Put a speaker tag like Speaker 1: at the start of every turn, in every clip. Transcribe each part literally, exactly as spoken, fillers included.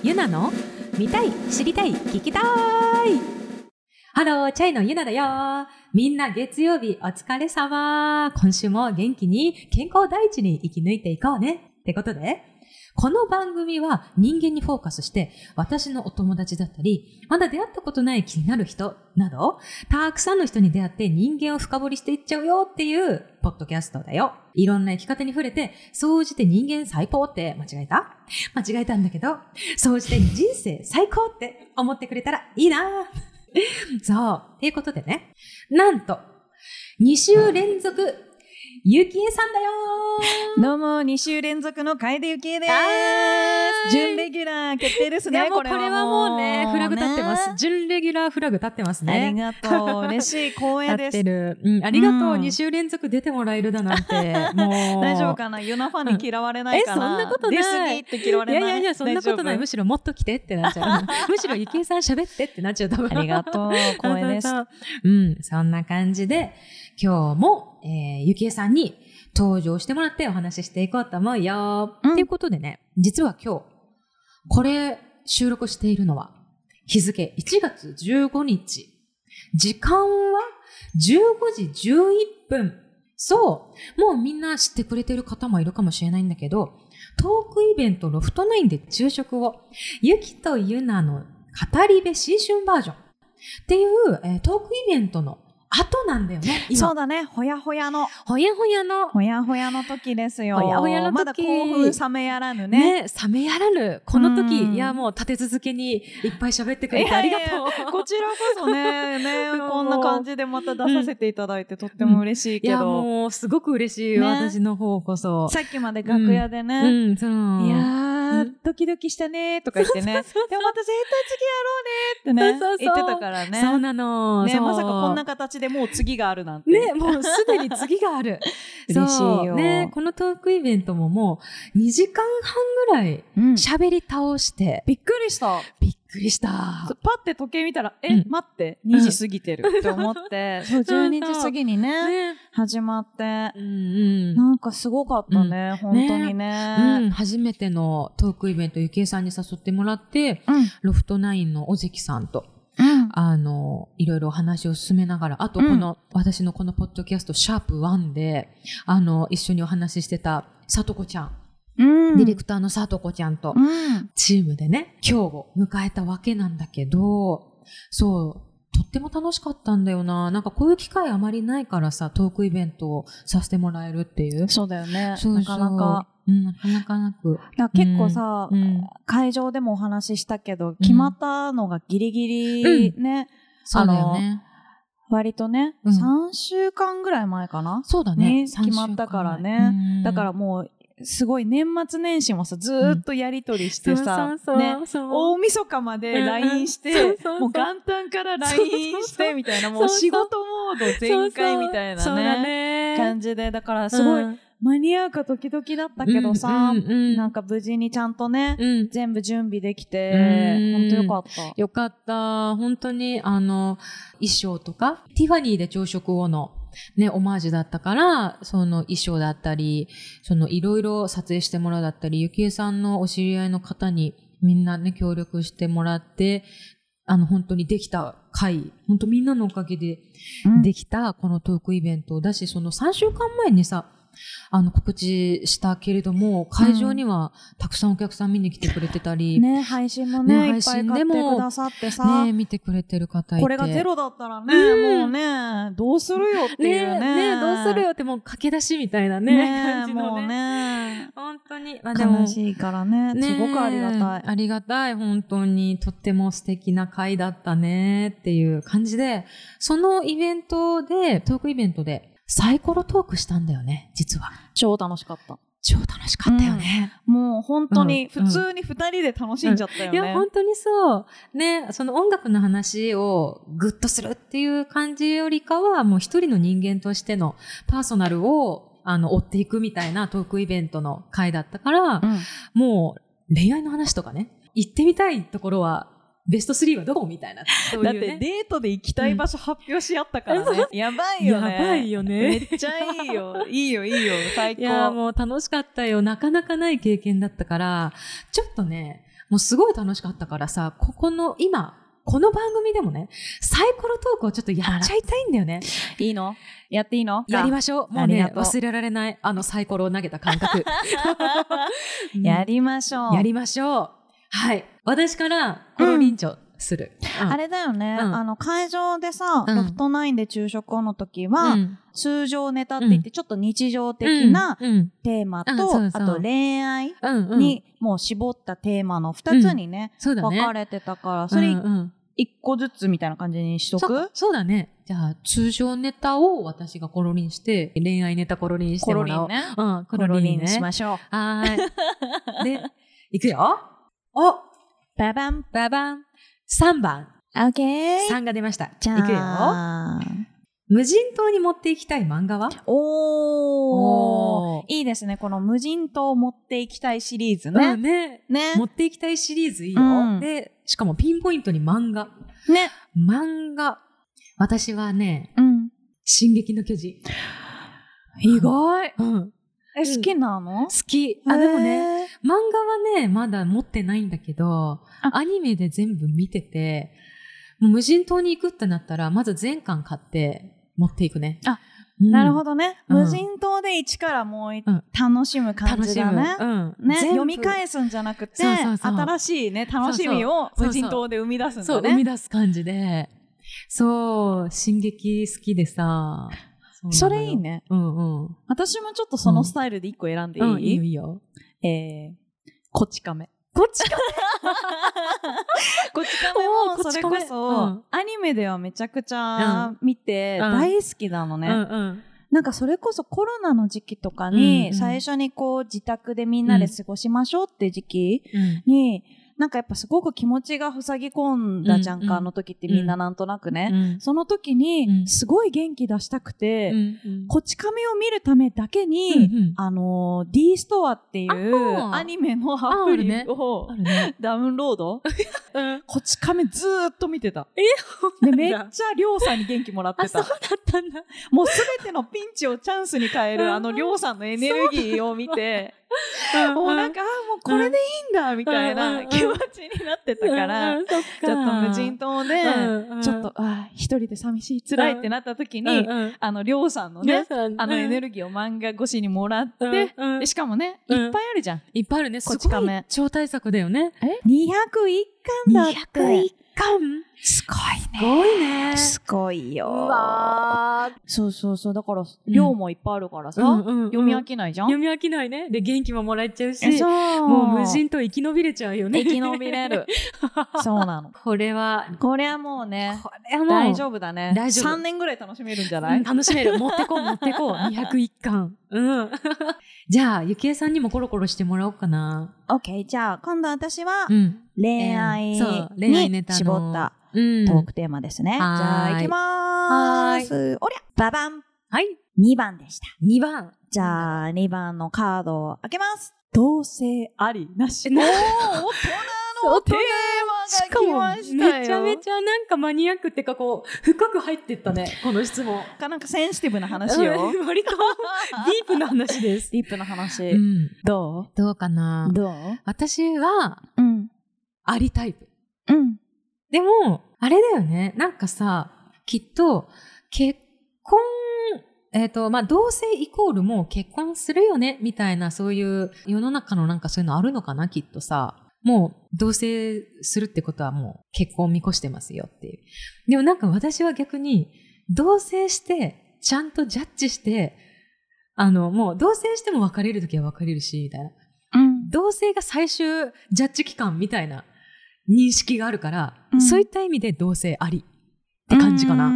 Speaker 1: ゆなの見たい、知りたい、聞きたい。ハロー、チャイのゆなだよ。みんな月曜日お疲れ様。今週も元気に健康第一に生き抜いていこうね。ってことで、この番組は人間にフォーカスして、私のお友達だったり、まだ出会ったことない気になる人など、たくさんの人に出会って人間を深掘りしていっちゃうよっていうポッドキャストだよ。いろんな生き方に触れて、総じて人間最高って間違えた間違えたんだけど、総じて人生最高って思ってくれたらいいな。そう。っていうことでね、なんと、に週連続、ゆきえさんだよ
Speaker 2: ー。どうも、に週連続の楓ゆきえでーす。準レギュラー決定ですね。
Speaker 1: いやもうこれはもうね、フラグ立ってます。準レギュラーフラグ立ってますね。
Speaker 2: ありがとう。嬉しい光栄です。
Speaker 1: 立ってる。うん、ありがとう、うん。に週連続出てもらえるだなんて。もう。
Speaker 2: 大丈夫かな？ユナファンに嫌われないかな？
Speaker 1: え、そんなことない。
Speaker 2: 出過ぎって嫌われない。
Speaker 1: いやいやいや、そんなことない。むしろもっと来てってなっちゃう。むしろゆきえさん喋ってってなっちゃう。多分
Speaker 2: ありがとう。光栄です。
Speaker 1: うん、そんな感じで、今日も、えー、ゆきえさんに登場してもらってお話ししていこうと思うよ。と、うん、いうことでね、実は今日、これ収録しているのは日付いちがつじゅうごにち。時間はじゅうごじじゅういっぷん。そう。もうみんな知ってくれてる方もいるかもしれないんだけど、トークイベントロフトナインで昼食を、ゆきとゆなの語り部新春バージョンっていう、えー、トークイベントの後なんだよね。今
Speaker 2: そうだね。ほやほやの。
Speaker 1: ほやほやの。
Speaker 2: ほやほやの時ですよ。
Speaker 1: ほやほやの時。
Speaker 2: まだ興奮冷めやらぬね。
Speaker 1: ね、冷めやらぬ。この時、いやもう立て続けにいっぱい喋ってくれてありがとう。いやいや
Speaker 2: こちらこそね、ね、こんな感じでまた出させていただいてとっても嬉しいけど。
Speaker 1: うん、いやもうすごく嬉しい、ね、私の方こそ。
Speaker 2: さっきまで楽屋でね。
Speaker 1: うん、うん、そう。
Speaker 2: いやー、ドキドキしたねーとか言ってね。でもまた絶対次やろうねーってね。そうそうそう言ってたからね。
Speaker 1: そうなの。
Speaker 2: ね、まさかこんな形でもう次があるなんて。
Speaker 1: ね、もうすでに次がある。
Speaker 2: 嬉しいよ。
Speaker 1: ね、このトークイベントももうにじかんはんぐらい喋り倒して、
Speaker 2: うん。びっくりした。
Speaker 1: びっくりした。
Speaker 2: パって時計見たら、え、うん、待って、にじ過ぎてるって思って、そう、じゅうにじ過ぎにね、ね始まって、うんうん、なんかすごかったね、うん、本当にね、ね、
Speaker 1: うん。初めてのトークイベント、ゆきえさんに誘ってもらって、うん、ロフトナインの尾関さんと、うん、あの、いろいろお話を進めながら、あとこの、うん、私のこのポッドキャスト、シャープワンで、あの、一緒にお話ししてた、さとこちゃん。うん、ディレクターのさとこちゃんと、チームでね、今日を迎えたわけなんだけど、そう、とっても楽しかったんだよな。なんかこういう機会あまりないからさ、トークイベントをさせてもらえるっていう。
Speaker 2: そうだよね。
Speaker 1: そうそう
Speaker 2: なかなか。
Speaker 1: うん、なかなかなく。
Speaker 2: いや結構さ、うん、会場でもお話ししたけど、決まったのがギリギリね。うん、
Speaker 1: そうだよね。
Speaker 2: 割とね、うん、さんしゅうかんぐらい前かな。
Speaker 1: そうだね。
Speaker 2: 決まったからね。だからもう、すごい年末年始もさ、ずーっとやりとりしてさ、うん、そうそうそうそうね、大晦日まで ライン して、うんそうそうそう、もう元旦から ライン してみたいな、もう仕事モード全開みたいな ね, そうそうそうね感じで、だからすごい、うん間に合うかドキドキだったけどさ、うんうんうん、なんか無事にちゃんとね、うん、全部準備できて、本当よかった。
Speaker 1: よかった。本当に、あの、衣装とか、ティファニーで朝食後の、ね、オマージュだったから、その衣装だったり、そのいろいろ撮影してもらうだったり、ゆきえさんのお知り合いの方にみんなね、協力してもらって、あの、本当にできた回、本当みんなのおかげでできたこのトークイベントだし、そのさんしゅうかんまえにさ、あの告知したけれども会場にはたくさんお客さん見に来てくれてたり、
Speaker 2: うん、ね配信もね、ね、いっぱい買ってくださってさ、
Speaker 1: ね、見てくれてる方いて
Speaker 2: これがゼロだったらね、うん、もうねどうするよっていうね
Speaker 1: ねねどうするよってもう駆け出しみたいなね、
Speaker 2: ね
Speaker 1: 感じのね
Speaker 2: もうね
Speaker 1: 本当に、まあ、でも
Speaker 2: 悲しいからねすごくありがたい
Speaker 1: ありがたい本当にとっても素敵な会だったねっていう感じでそのイベントでトークイベントでサイコロトークしたんだよね、実は。
Speaker 2: 超楽しかった。
Speaker 1: 超楽しかったよね。
Speaker 2: うん、もう本当に、普通に二人で楽しんじゃったよね。
Speaker 1: うんうん、いや、本当にそう。ね、その音楽の話をグッとするっていう感じよりかは、もう一人の人間としてのパーソナルを、あの、追っていくみたいなトークイベントの回だったから、うん、もう恋愛の話とかね、行ってみたいところは、ベストスリーはどこみたいな、そういうね。
Speaker 2: だってデートで行きたい場所発表し合ったからね。うん、やばいよね。
Speaker 1: やばいよね。
Speaker 2: めっちゃいいよ。いいよいいよ。最高。
Speaker 1: いやもう楽しかったよ。なかなかない経験だったから、ちょっとね、 もうすごい楽しかったからさ、ここの今、この番組でもね、サイコロトークをちょっとやっちゃいたいんだよね。
Speaker 2: いいの？やっていいの？
Speaker 1: やりましょう。もうね、忘れられない、あのサイコロを投げた感覚。
Speaker 2: うん、やりましょう。
Speaker 1: やりましょう。はい。私からコロリンチョする。
Speaker 2: うんうん、あれだよね、うん、あの会場でさ、ロフトナインで昼食の時は、うん、通常ネタって言ってちょっと日常的なテーマと、あと恋愛にもう絞ったテーマのふたつにね、うん、分かれてたから、それいっこずつみたいな感じにしとく？
Speaker 1: そ, そうだね。じゃあ通常ネタを私がコロリンして、恋愛ネタコロリンしてもらおう。
Speaker 2: コロリンね。
Speaker 1: うん、
Speaker 2: コロリンね。しましょう。
Speaker 1: はーい。で、いくよ。お
Speaker 2: ババン
Speaker 1: ババンさんばん。
Speaker 2: オッケー。
Speaker 1: さんが出ました。
Speaker 2: じゃ
Speaker 1: あ。いくよ。無人島に持っていきたい漫画は？
Speaker 2: おー。おーいいですね。この無人島を持っていきたいシリーズね。
Speaker 1: うん、ね。
Speaker 2: ね。
Speaker 1: 持っていきたいシリーズいいよ。うん、で、しかもピンポイントに漫画。
Speaker 2: ね。
Speaker 1: 漫画。私はね、
Speaker 2: うん。
Speaker 1: 進撃の巨人。
Speaker 2: 意外。
Speaker 1: うん。
Speaker 2: え、好きなの？
Speaker 1: 好き。あ、でもね、漫画はね、まだ持ってないんだけど、アニメで全部見てて、もう無人島に行くってなったら、まず全巻買って持っていくね。
Speaker 2: あ、うん、なるほどね。無人島で一からもう、うん、楽しむ感じだね。
Speaker 1: うん、
Speaker 2: ね。読み返すんじゃなくて、そうそうそう、新しいね、楽しみを無人島で生み出すんだね。
Speaker 1: そう、生み出す感じで。そう、進撃好きでさ。
Speaker 2: それいいね。
Speaker 1: うんうん。
Speaker 2: 私もちょっとそのスタイルで一個選んでいい？
Speaker 1: うん、いいよいいよ。
Speaker 2: えー、こち亀。
Speaker 1: こち亀
Speaker 2: こち亀もそれこそ、うん、アニメではめちゃくちゃ見て大好きなのね。
Speaker 1: うんうん、
Speaker 2: なんかそれこそコロナの時期とかに最初にこう自宅でみんなで過ごしましょうって時期に、うんなんかやっぱすごく気持ちが塞ぎ込んだじゃんか、うんうん、あの時ってみんななんとなくね。うん、その時にすごい元気出したくて、うんうん、こち亀を見るためだけに、うんうん、あのー、D ストアっていうアニメのアプリをダウンロード、うん、こち亀ずーっと見てた。
Speaker 1: え
Speaker 2: でめっちゃりょうさんに元気もらってた。
Speaker 1: そうだったんだ。
Speaker 2: もうすべてのピンチをチャンスに変えるあのりょうさんのエネルギーを見て、もうなんか、ああ、もうこれでいいんだ、みたいな気持ちになってたから、ちょっと無人島で、ちょっと、ああ、一人で寂しい、辛いってなった時に、あの、りょうさんのね、あのエネルギーを漫画越しにもらって、でしかもね、いっぱいあるじゃん。
Speaker 1: いっぱいあるね。こち亀。超大作だよね。
Speaker 2: え ?にひゃくいっかんだって。にひゃくいっかん
Speaker 1: すごいね。すごいね。
Speaker 2: すごいよ。
Speaker 1: うわー。
Speaker 2: そうそうそう。だから、量もいっぱいあるからさ、うんうんうん、読み飽きないじゃん。
Speaker 1: 読み飽きないね。で、元気ももらえちゃうし、そうもう無人島生き延びれちゃうよね。
Speaker 2: 生き延びれる。そうなの。
Speaker 1: これは、
Speaker 2: これはもうね、
Speaker 1: これはもう
Speaker 2: 大丈夫だね。
Speaker 1: 大丈夫。
Speaker 2: さんねんぐらい楽しめるんじゃない？うん、
Speaker 1: 楽しめる。持ってこう、持ってこう。にひゃくいっかん。うん。じゃあ、ゆきえさんにもコロコロしてもらおうかな。
Speaker 2: オッケー。じゃあ、今度私は、恋愛に絞った。トークテーマですね。じゃあ、行きまーす。おりゃババン。
Speaker 1: はい。
Speaker 2: にばんでした。
Speaker 1: にばん。
Speaker 2: じゃあ、にばんのカードを開けます。同性ありなし。おー、大人のテーマが来ましたよ。
Speaker 1: めちゃめちゃなんかマニアックってかこう、深く入ってったね、この質問。
Speaker 2: なんかセンシティブな話よ。
Speaker 1: 割とディープな話です。
Speaker 2: ディープな話。
Speaker 1: うん、
Speaker 2: どう
Speaker 1: どうかな
Speaker 2: どう
Speaker 1: 私は、
Speaker 2: うん。
Speaker 1: ありタイプ。
Speaker 2: うん。
Speaker 1: でも、あれだよね。なんかさ、きっと、結婚、えっと、まあ、同性イコールもう結婚するよね、みたいな、そういう世の中のなんかそういうのあるのかな、きっとさ。もう、同棲するってことはもう結婚を見越してますよっていう。でもなんか私は逆に、同棲して、ちゃんとジャッジして、あの、もう同棲しても別れるときは別れるし、みたいな。
Speaker 2: うん。
Speaker 1: 同棲が最終ジャッジ期間みたいな認識があるから、うん、そういった意味で同棲ありって感じかな。
Speaker 2: うん。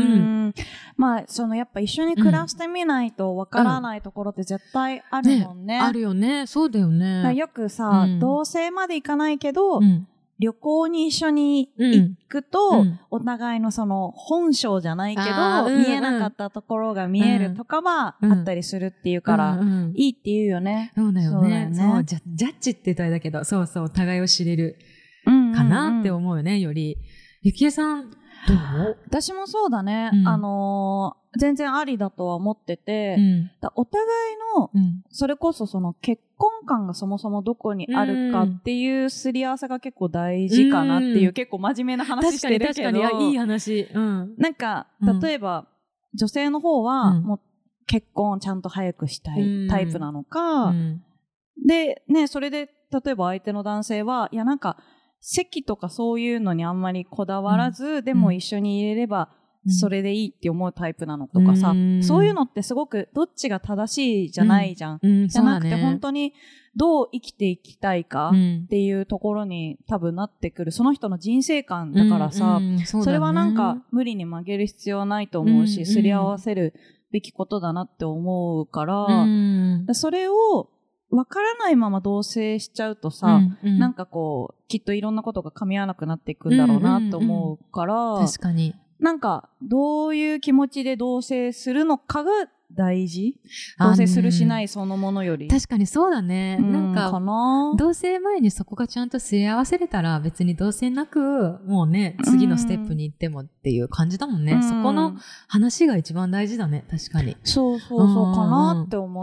Speaker 2: うんまあ、そのやっぱ一緒に暮らしてみないとわからないところって絶対あるもんね。
Speaker 1: ねあるよね。そうだよね。
Speaker 2: よくさ、うん、同棲まで行かないけど、うん、旅行に一緒に行くと、うん、お互いのその本性じゃないけど、うん、見えなかったところが見えるとかはあったりするっていうから、うんうん、いいって言うよね。
Speaker 1: そうだよね。そうだよね。そう、ジャ、ジャッジって言ったらだけど、そうそう、お互いを知れるかなって思うよね、より。ゆきえさん、 どう？
Speaker 2: 私もそうだね。
Speaker 1: うん、
Speaker 2: あのー、全然ありだとは思ってて、うん、だお互いの、うん、それこそその結婚観がそもそもどこにあるかっていうすり合わせが結構大事かなっていう、うん、結構真面目な話してるけど。
Speaker 1: 確かに確かに、いい話。うん、
Speaker 2: なんか、例えば、うん、女性の方は、もう結婚ちゃんと早くしたいタイプなのか、うん、で、ね、それで、例えば相手の男性は、いやなんか、席とかそういうのにあんまりこだわらず、うん、でも一緒に入れればそれでいいって思うタイプなのとかさ、うん、そういうのってすごくどっちが正しいじゃないじゃん、うんうん、じゃなくて本当にどう生きていきたいかっていうところに多分なってくる、その人の人生観だからさ、うんうん そ, ね、それはなんか無理に曲げる必要はないと思うし、うんうん、すり合わせるべきことだなって思うから、うん、それをわからないまま同棲しちゃうとさ、うんうん、なんかこう、きっといろんなことが噛み合わなくなっていくんだろうなと思うから、うんうんうん、確
Speaker 1: かに。
Speaker 2: なんか、どういう気持ちで同棲するのかが大事？同棲するしないそのものより。
Speaker 1: 確かにそうだね。うん、なんか、かな同棲前にそこがちゃんとすり合わせれたら別に同棲なく、もうね、次のステップに行ってもっていう感じだもんね。うん、そこの話が一番大事だね、確かに。
Speaker 2: そうそうそうかなって思って。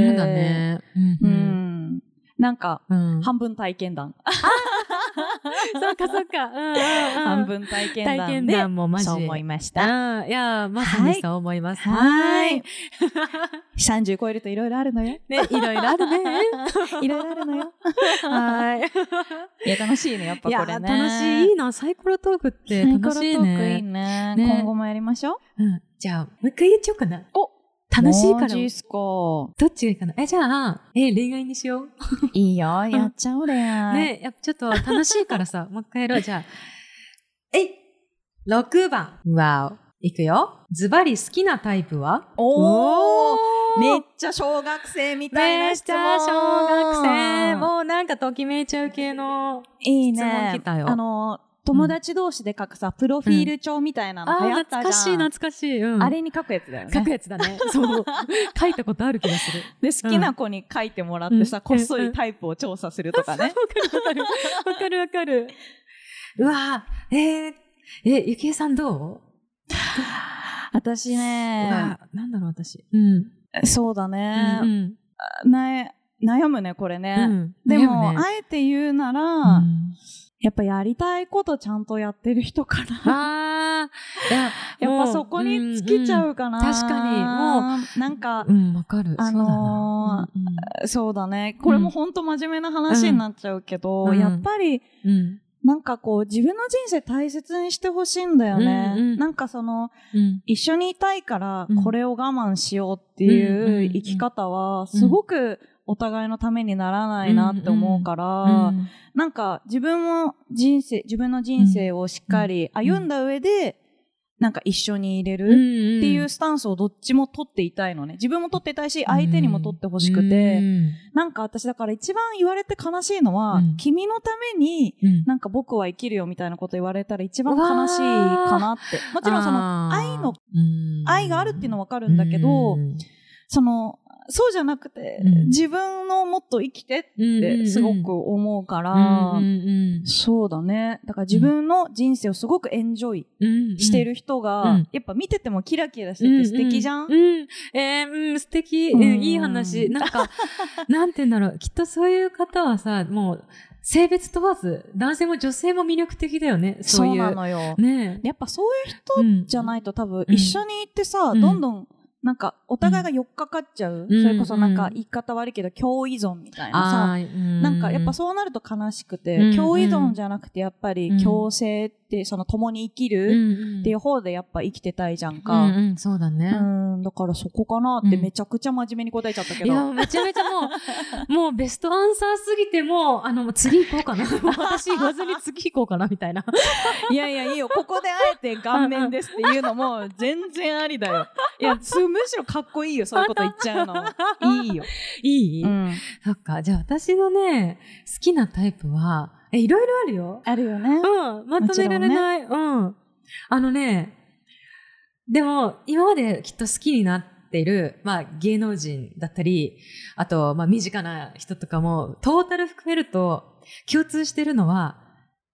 Speaker 1: そうだね。うんうん
Speaker 2: うんなんか、うん、半分体験談。
Speaker 1: そうかそうか。うんうんうん、
Speaker 2: 半分体験談で。体験談もマジ。そう思いました。
Speaker 1: うん、いや、まさにそう思います。
Speaker 2: はい。さんじゅう超えるといろいろあるのよ。
Speaker 1: ね、いろいろあるね。
Speaker 2: いろいろあるのよ。
Speaker 1: はい。
Speaker 2: いや、楽しいね、やっぱこれね。いや、
Speaker 1: 楽しい。いいな、サイコロトークって楽しいね。サイコロトークいい
Speaker 2: ね。ね今後もやりましょ
Speaker 1: う。うん。じゃあ、もう一回言っちゃおうかな。
Speaker 2: お
Speaker 1: 楽しいから。
Speaker 2: マジっすか。
Speaker 1: どっちがいいかな。え、じゃあ、え、恋愛にしよう。
Speaker 2: いいよ、やっちゃおう恋愛。
Speaker 1: ね、やっぱちょっと楽しいからさ、もう一回やろう。じゃあ、えい、ろくばん。わお。いくよ。ズバリ好きなタイプは？
Speaker 2: おーめっちゃ小学生みたいな質問。
Speaker 1: めっちゃ小学生。もうなんかときめいちゃう系の
Speaker 2: いいね。
Speaker 1: 質問来たよ。
Speaker 2: あの、友達同士で書くさ、プロフィール帳みたいなの流行ったじゃん。
Speaker 1: うん、あ、懐かしい懐かしい、うん。
Speaker 2: あれに書くやつだよね。
Speaker 1: 書くやつだね。そう。書いたことある気がする。
Speaker 2: で、好きな子に書いてもらってさ、うん、こっそりタイプを調査するとかね。
Speaker 1: わ、かるわかる。わかるわかる。うわぁ、えー、え、ゆきえさんどう？
Speaker 2: 私ね、
Speaker 1: うわなんだろう私。うん。
Speaker 2: そうだね。
Speaker 1: うん
Speaker 2: うん、な悩むね、これね。うん、でも、ね、あえて言うなら、うん、やっぱやりたいことちゃんとやってる人かな。
Speaker 1: あや,
Speaker 2: やっぱそこに尽きちゃうかな。
Speaker 1: うんうん、確かに。も
Speaker 2: う、なんか、
Speaker 1: うん、わかる。
Speaker 2: あのー、そうだな、うんうん。そうだね。これも本当真面目な話になっちゃうけど、うん、やっぱり、うんなんかこう自分の人生大切にしてほしいんだよね、うんうん、なんかその、うん、一緒にいたいからこれを我慢しようっていう生き方はすごくお互いのためにならないなって思うから、うんうん、なんか自分も人生自分の人生をしっかり歩んだ上でなんか一緒に入れるっていうスタンスをどっちも取っていたいのね。自分も取っていたいし、相手にも取ってほしくて、なんか私だから一番言われて悲しいのは、うん、君のためになんか僕は生きるよみたいなこと言われたら一番悲しいかなって。もちろんその愛の、愛があるっていうのはわかるんだけど、その、そうじゃなくて、うん、自分のもっと生きてってすごく思うから、うんうんうん、そうだね。だから自分の人生をすごくエンジョイしてる人が、うんうん、やっぱ見ててもキラキラしてて素敵じゃん、
Speaker 1: うんうんうん、えー、うん、素敵、うん、いい話。なんか、なんて言うんだろう。きっとそういう方はさ、もう、性別問わず、男性も女性も魅力的だよね。そういう。
Speaker 2: そうなのよ。
Speaker 1: ね、
Speaker 2: やっぱそういう人じゃないと多分一緒にいてさ、うん、どんどんなんかお互いが寄っかかっちゃう、うん、それこそなんか言い方悪いけど共依存みたいなさ、うん、なんかやっぱそうなると悲しくて、うん、共依存じゃなくてやっぱり共生ってその共に生きるっていう方でやっぱ生きてたいじゃんか、
Speaker 1: うんうん、そうだね、
Speaker 2: うん、だからそこかなってめちゃくちゃ真面目に答えちゃったけど、
Speaker 1: いやめちゃめちゃもうもうベストアンサーすぎてもうあのもう次行こうかな私言わずに次行こうかなみたいない
Speaker 2: やいやいいよ、ここであえて顔面ですっていうのも全然ありだよ。いやむしろかっこいいよ、そういうこと言っちゃうのいいよ。
Speaker 1: いい、
Speaker 2: うん、
Speaker 1: そっか。じゃあ私のね好きなタイプはえいろいろあるよ。
Speaker 2: あるよね。
Speaker 1: うん、まとめられない、ね、うん。あのねでも今まできっと好きになっているまあ芸能人だったり、あとまあ身近な人とかもトータル含めると共通してるのは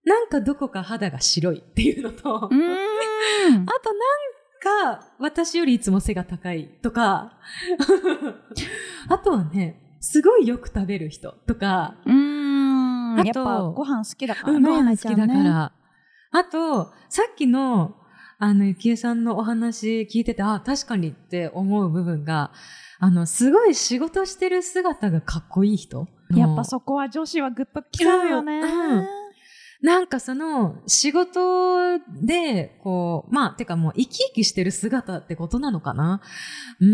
Speaker 1: なんかどこか肌が白いっていうのと、あと
Speaker 2: うーん
Speaker 1: なんか私よりいつも背が高いとか、あとはね、すごいよく食べる人とか、
Speaker 2: うーん
Speaker 1: あと
Speaker 2: やっぱご飯好きだからね。
Speaker 1: うん、ご飯好きだか
Speaker 2: ゆなちゃんね。
Speaker 1: ら。あと、さっきの、あの、ゆきえさんのお話聞いてて、あ、確かにって思う部分が、あの、すごい仕事してる姿がかっこいい人。
Speaker 2: やっぱそこは女子はグッときちゃうよね。
Speaker 1: うんうんなんかその、仕事で、こう、まあ、てかもう生き生きしてる姿ってことなのかな。うん。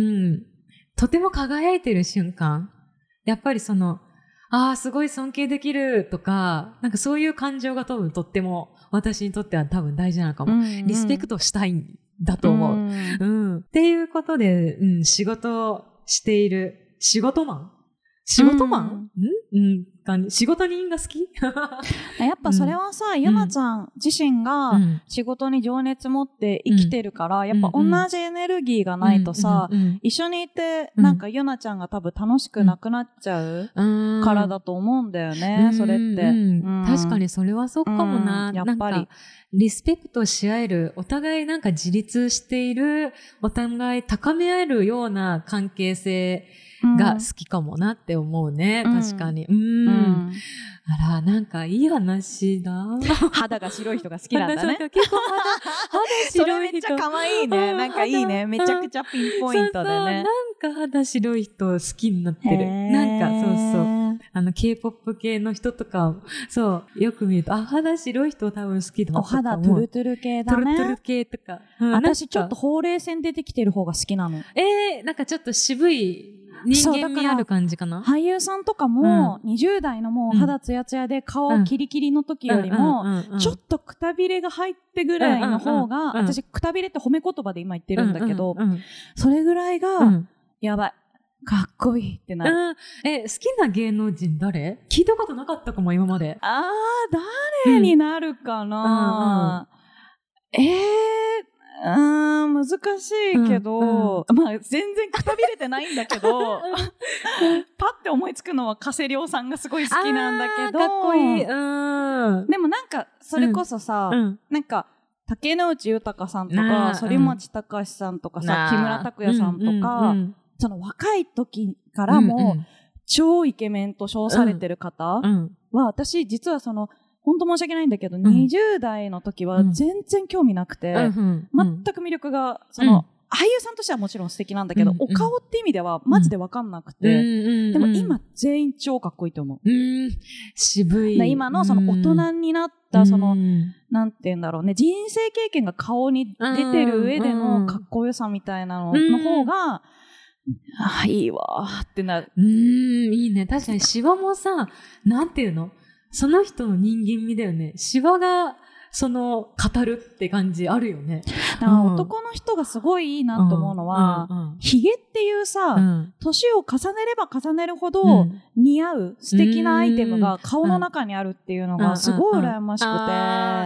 Speaker 1: とても輝いてる瞬間。やっぱりその、ああ、すごい尊敬できるとか、なんかそういう感情が多分とっても、私にとっては多分大事なのかも。
Speaker 2: うんうん
Speaker 1: リスペクトしたいんだと思う。
Speaker 2: ん
Speaker 1: うん。っていうことで、うん、仕事をしている、仕事マン仕事マン、うん、うん感じ。仕事人が好き
Speaker 2: やっぱそれはさ、ゆなちゃん自身が
Speaker 1: うん
Speaker 2: 仕事に情熱持って生きてるから、やっぱ同じエネルギーがないとさ、
Speaker 1: うんうん
Speaker 2: 一緒にいて、
Speaker 1: うん
Speaker 2: なんかゆなちゃんが多分楽しくなくなっちゃう
Speaker 1: うん
Speaker 2: からだと思うんだよね、
Speaker 1: うん
Speaker 2: それって。
Speaker 1: うん
Speaker 2: うん
Speaker 1: 確かにそれはそうかもな。
Speaker 2: うんやっぱり
Speaker 1: なんかリスペクトし合える、お互いなんか自立している、お互い高め合えるような関係性が好きかもなって思うね。
Speaker 2: うん
Speaker 1: 確かに。うん。
Speaker 2: うん
Speaker 1: あら、なんかいい話だ。
Speaker 2: 肌が白い人が好きなんだね。
Speaker 1: 結構肌、肌
Speaker 2: それ
Speaker 1: 白い人。
Speaker 2: めっちゃ可愛いね。なんかいいね。めちゃくちゃピンポイントでね。
Speaker 1: そうそうなんか肌白い人好きになってる。なんかそうそう。あの K-ポップ 系の人とか、そう、よく見ると、あ、肌白い人多分好きだな
Speaker 2: お
Speaker 1: とか思う。
Speaker 2: 肌トゥルトゥル系だね。
Speaker 1: トゥルトゥル系とか。うん
Speaker 2: 私ちょっと
Speaker 1: なんか
Speaker 2: ほうれい線出てきてる方が好きなの。
Speaker 1: えー、なんかちょっと渋い人間味ある感じかな。
Speaker 2: 俳優さんとかも、にじゅう代のもう肌ツヤツヤで顔キリキリの時よりも、ちょっとくたびれが入ってぐらいの方が、私くたびれって褒め言葉で今言ってるんだけど、それぐらいが、やばい。かっこいいってなる。
Speaker 1: うん、え、好きな芸能人誰？聞いたことなかったかも、今まで。
Speaker 2: あー、誰になるかな、うんうん、えー、うーん、難しいけど、うんうん、まあ全然くたびれてないんだけど、パッて思いつくのは加瀬亮さんがすごい好きなんだけど、
Speaker 1: かっこいい。うん。
Speaker 2: でもなんか、それこそさ、うんうん、なんか、竹野内豊さんとか、反町隆史さんとかさ、木村拓哉さんとか、うんうんうん、その若い時からも、うんうん、超イケメンと称されてる方は、うん、私実はその、本当申し訳ないんだけど、うん、にじゅう代の時は全然興味なくて、うんうん、全く魅力が、その、うん、俳優さんとしてはもちろん素敵なんだけど、うんうん、お顔って意味ではマジでわかんなくて、うん、でも今全員超かっこいいと思う。
Speaker 1: うん、渋い。
Speaker 2: 今のその大人になった、その、うん、なんて言うんだろうね、人生経験が顔に出てる上でのかっこよさみたいなのの方が、ああ、いいわーってなる。
Speaker 1: うーん、いいね。確かにシワもさ、なんていうの？その人の人間味だよね。シワが、その、語るって感じあるよね。
Speaker 2: だから男の人がすごいいいなと思うのは、うんうんうん、ヒゲっていうさ、うん、年を重ねれば重ねるほど似合う素敵なアイテムが顔の中にあるっていうのがすごい羨ましくて。うんうんうん、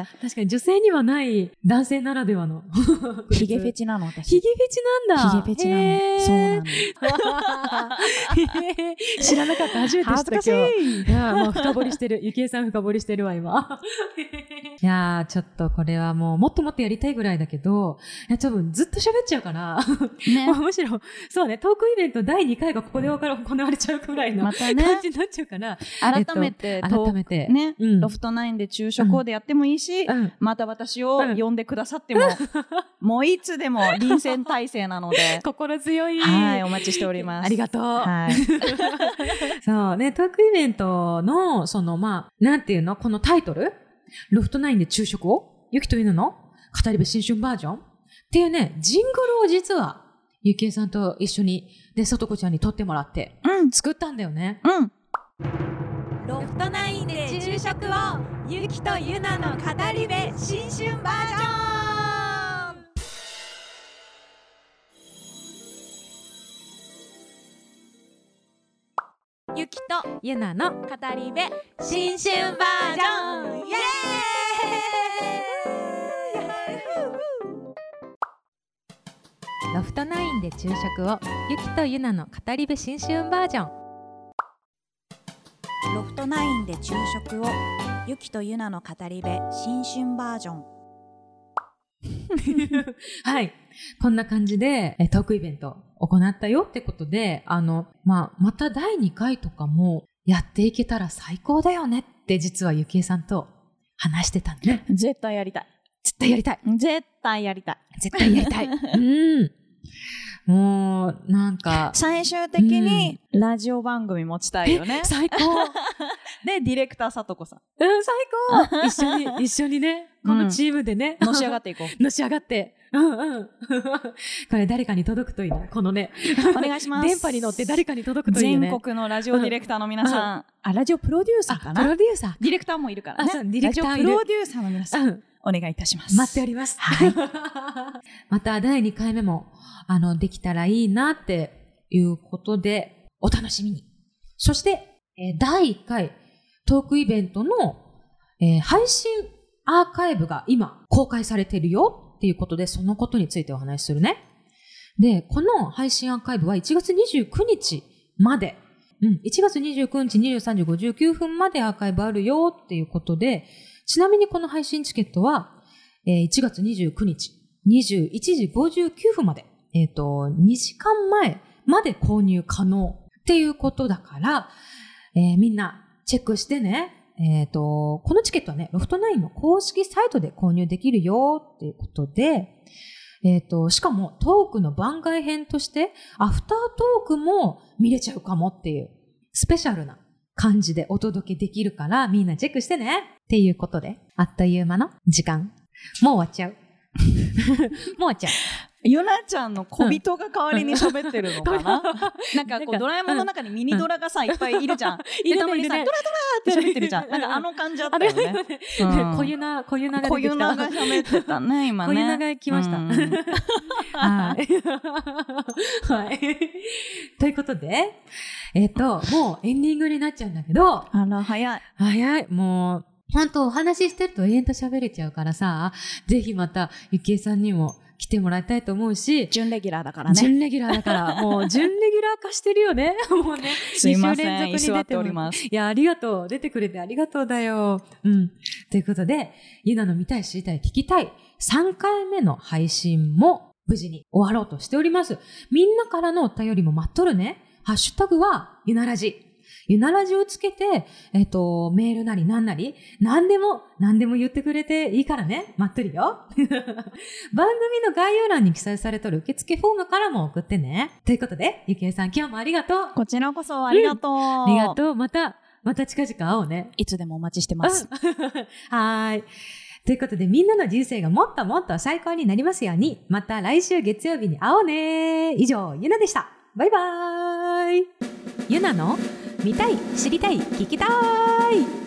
Speaker 1: 確かに女性にはない男性ならではの。
Speaker 2: ヒゲフェチなの、私。
Speaker 1: ヒゲフェチなんだ。
Speaker 2: ヒゲフェチなの。えー、そうなの。
Speaker 1: 知らなかった。初めて知った。
Speaker 2: 恥ずかしい。
Speaker 1: いや、もう深掘りしてる。ゆきえさん深掘りしてるわ、今。いやー、ちょっとこれはもうもっともっとやりたいぐらいだけど、いや、多分ずっと喋っちゃうから、ね、むしろ、そうね、トークイベントだいにかいがここで行われちゃうくらいの感じになっちゃうから、
Speaker 2: またね、改めて、えっと、改めて、ね、うん、ロフトナインで昼食をでやってもいいし、うん、また私を呼んでくださっても、うん、もういつでも臨戦態勢なので、
Speaker 1: 心強い。
Speaker 2: はい、お待ちしております。
Speaker 1: ありがとう。
Speaker 2: はい。
Speaker 1: そうね、トークイベントの、その、まあ、なんていうの、このタイトルロフトナインで昼食をゆきとゆなの語り部新春バージョンっていうね、ジングルを実は、ゆきえさんと一緒に、で、さとこちゃんに撮ってもらって、うん、作ったんだよね。
Speaker 2: うん。
Speaker 3: ロフトナインで昼食をゆきとゆなの語り部新春バージョンゆきとゆなの語り部新春バージョンイエーイ
Speaker 1: ロフトナインで昼食をゆきとゆなの語り部新春バージョン。
Speaker 3: ロフトナインで昼食をゆきとゆなの語り部新春バージョン。
Speaker 1: はい。こんな感じでトークイベント行ったよってことで、あの、まあ、まただいにかいとかもやっていけたら最高だよねって実はゆきえさんと話してたんね。
Speaker 2: 絶対やりたい。
Speaker 1: 絶対やりたい。
Speaker 2: 絶対やりたい。
Speaker 1: 絶対やりたい。うん。もう、なんか。
Speaker 2: 最終的にラジオ番組持ちたいよね。
Speaker 1: 最高。
Speaker 2: で、ディレクターさとこさん。
Speaker 1: うん、最高。一緒に、一緒にね、このチームでね。
Speaker 2: のし上がっていこう。
Speaker 1: のし上がって。うんうん。これ誰かに届くといいね。このね。
Speaker 2: お願いします。
Speaker 1: 電波に乗って誰かに届くといいね。
Speaker 2: 全国のラジオディレクターの皆さん。あ、ラジオプロデューサーかな。
Speaker 1: プロデューサー。
Speaker 2: ディレクターもいるからね。
Speaker 1: あ、そう、ディレクターいる。
Speaker 2: ラジオプロデューサーの皆さん。お願いいたします。
Speaker 1: 待っております。
Speaker 2: はい。
Speaker 1: まただいにかいめも、あの、できたらいいなっていうことで、お楽しみに。そして、えー、だいいっかいトークイベントの、えー、配信アーカイブが今公開されているよっていうことで、そのことについてお話しするね。で、この配信アーカイブはいちがつにじゅうくにちまで、うん、いちがつにじゅうくにちにじゅうさんじごじゅうきゅうふんまでアーカイブあるよっていうことで、ちなみにこの配信チケットは、えー、いちがつにじゅうくにちにじゅういちじごじゅうきゅうふんまで、えっと、にじかんまえまで購入可能っていうことだから、えー、みんなチェックしてね。えっと、このチケットはね、ロフトナインの公式サイトで購入できるよっていうことで、えっと、しかもトークの番外編として、アフタートークも見れちゃうかもっていう、スペシャルな感じでお届けできるから、みんなチェックしてねっていうことで、あっという間の時間。もう終わっちゃう。もう終わっちゃう。
Speaker 2: ゆなちゃんの小人が代わりに喋ってるのかな、うん、なんかこうドラえもんの中にミニドラがさ、うん、いっぱいいるじゃん。
Speaker 1: いるね、
Speaker 2: たまにさ、
Speaker 1: いるね、
Speaker 2: ドラドラって喋ってるじゃん。なんかあの感じあったよね。
Speaker 1: 小ゆな、小ゆなが
Speaker 2: 出てきた。小ゆなが喋ってたね、今ね。
Speaker 1: 小ゆなが来ました。うん、はい。はい。ということで、えっと、もうエンディングになっちゃうんだけど。
Speaker 2: あら、早い。
Speaker 1: 早い。もう、本当お話ししてると永遠と喋れちゃうからさ、ぜひまたゆきえさんにも来てもらいたいと思うし、
Speaker 2: 準レギュラーだからね。
Speaker 1: 準レギュラーだから、もう準レギュラー化してるよね。もうね、
Speaker 2: すいません、居座っております。
Speaker 1: いや、ありがとう。出てくれてありがとうだよ。うん。ということで、ゆなの見たい、知りたい、聞きたい、さんかいめの配信も無事に終わろうとしております。みんなからのお便りも待っとるね。ハッシュタグは、ゆならじ。ゆならじをつけて、えっと、メールなりなんなり、何でも、何でも言ってくれていいからね。待っとるよ。番組の概要欄に記載されとる受付フォームからも送ってね。ということで、ゆきえさん今日もありがとう。
Speaker 2: こちらこそありがとう。うん、
Speaker 1: ありがとう。また、また近々会おうね。
Speaker 2: いつでもお待ちしてます。
Speaker 1: はーい。ということで、みんなの人生がもっともっと最高になりますように、また来週月曜日に会おうね。以上、ゆなでした。バイバーイ。ゆなの見たい、知りたい、聞きたい。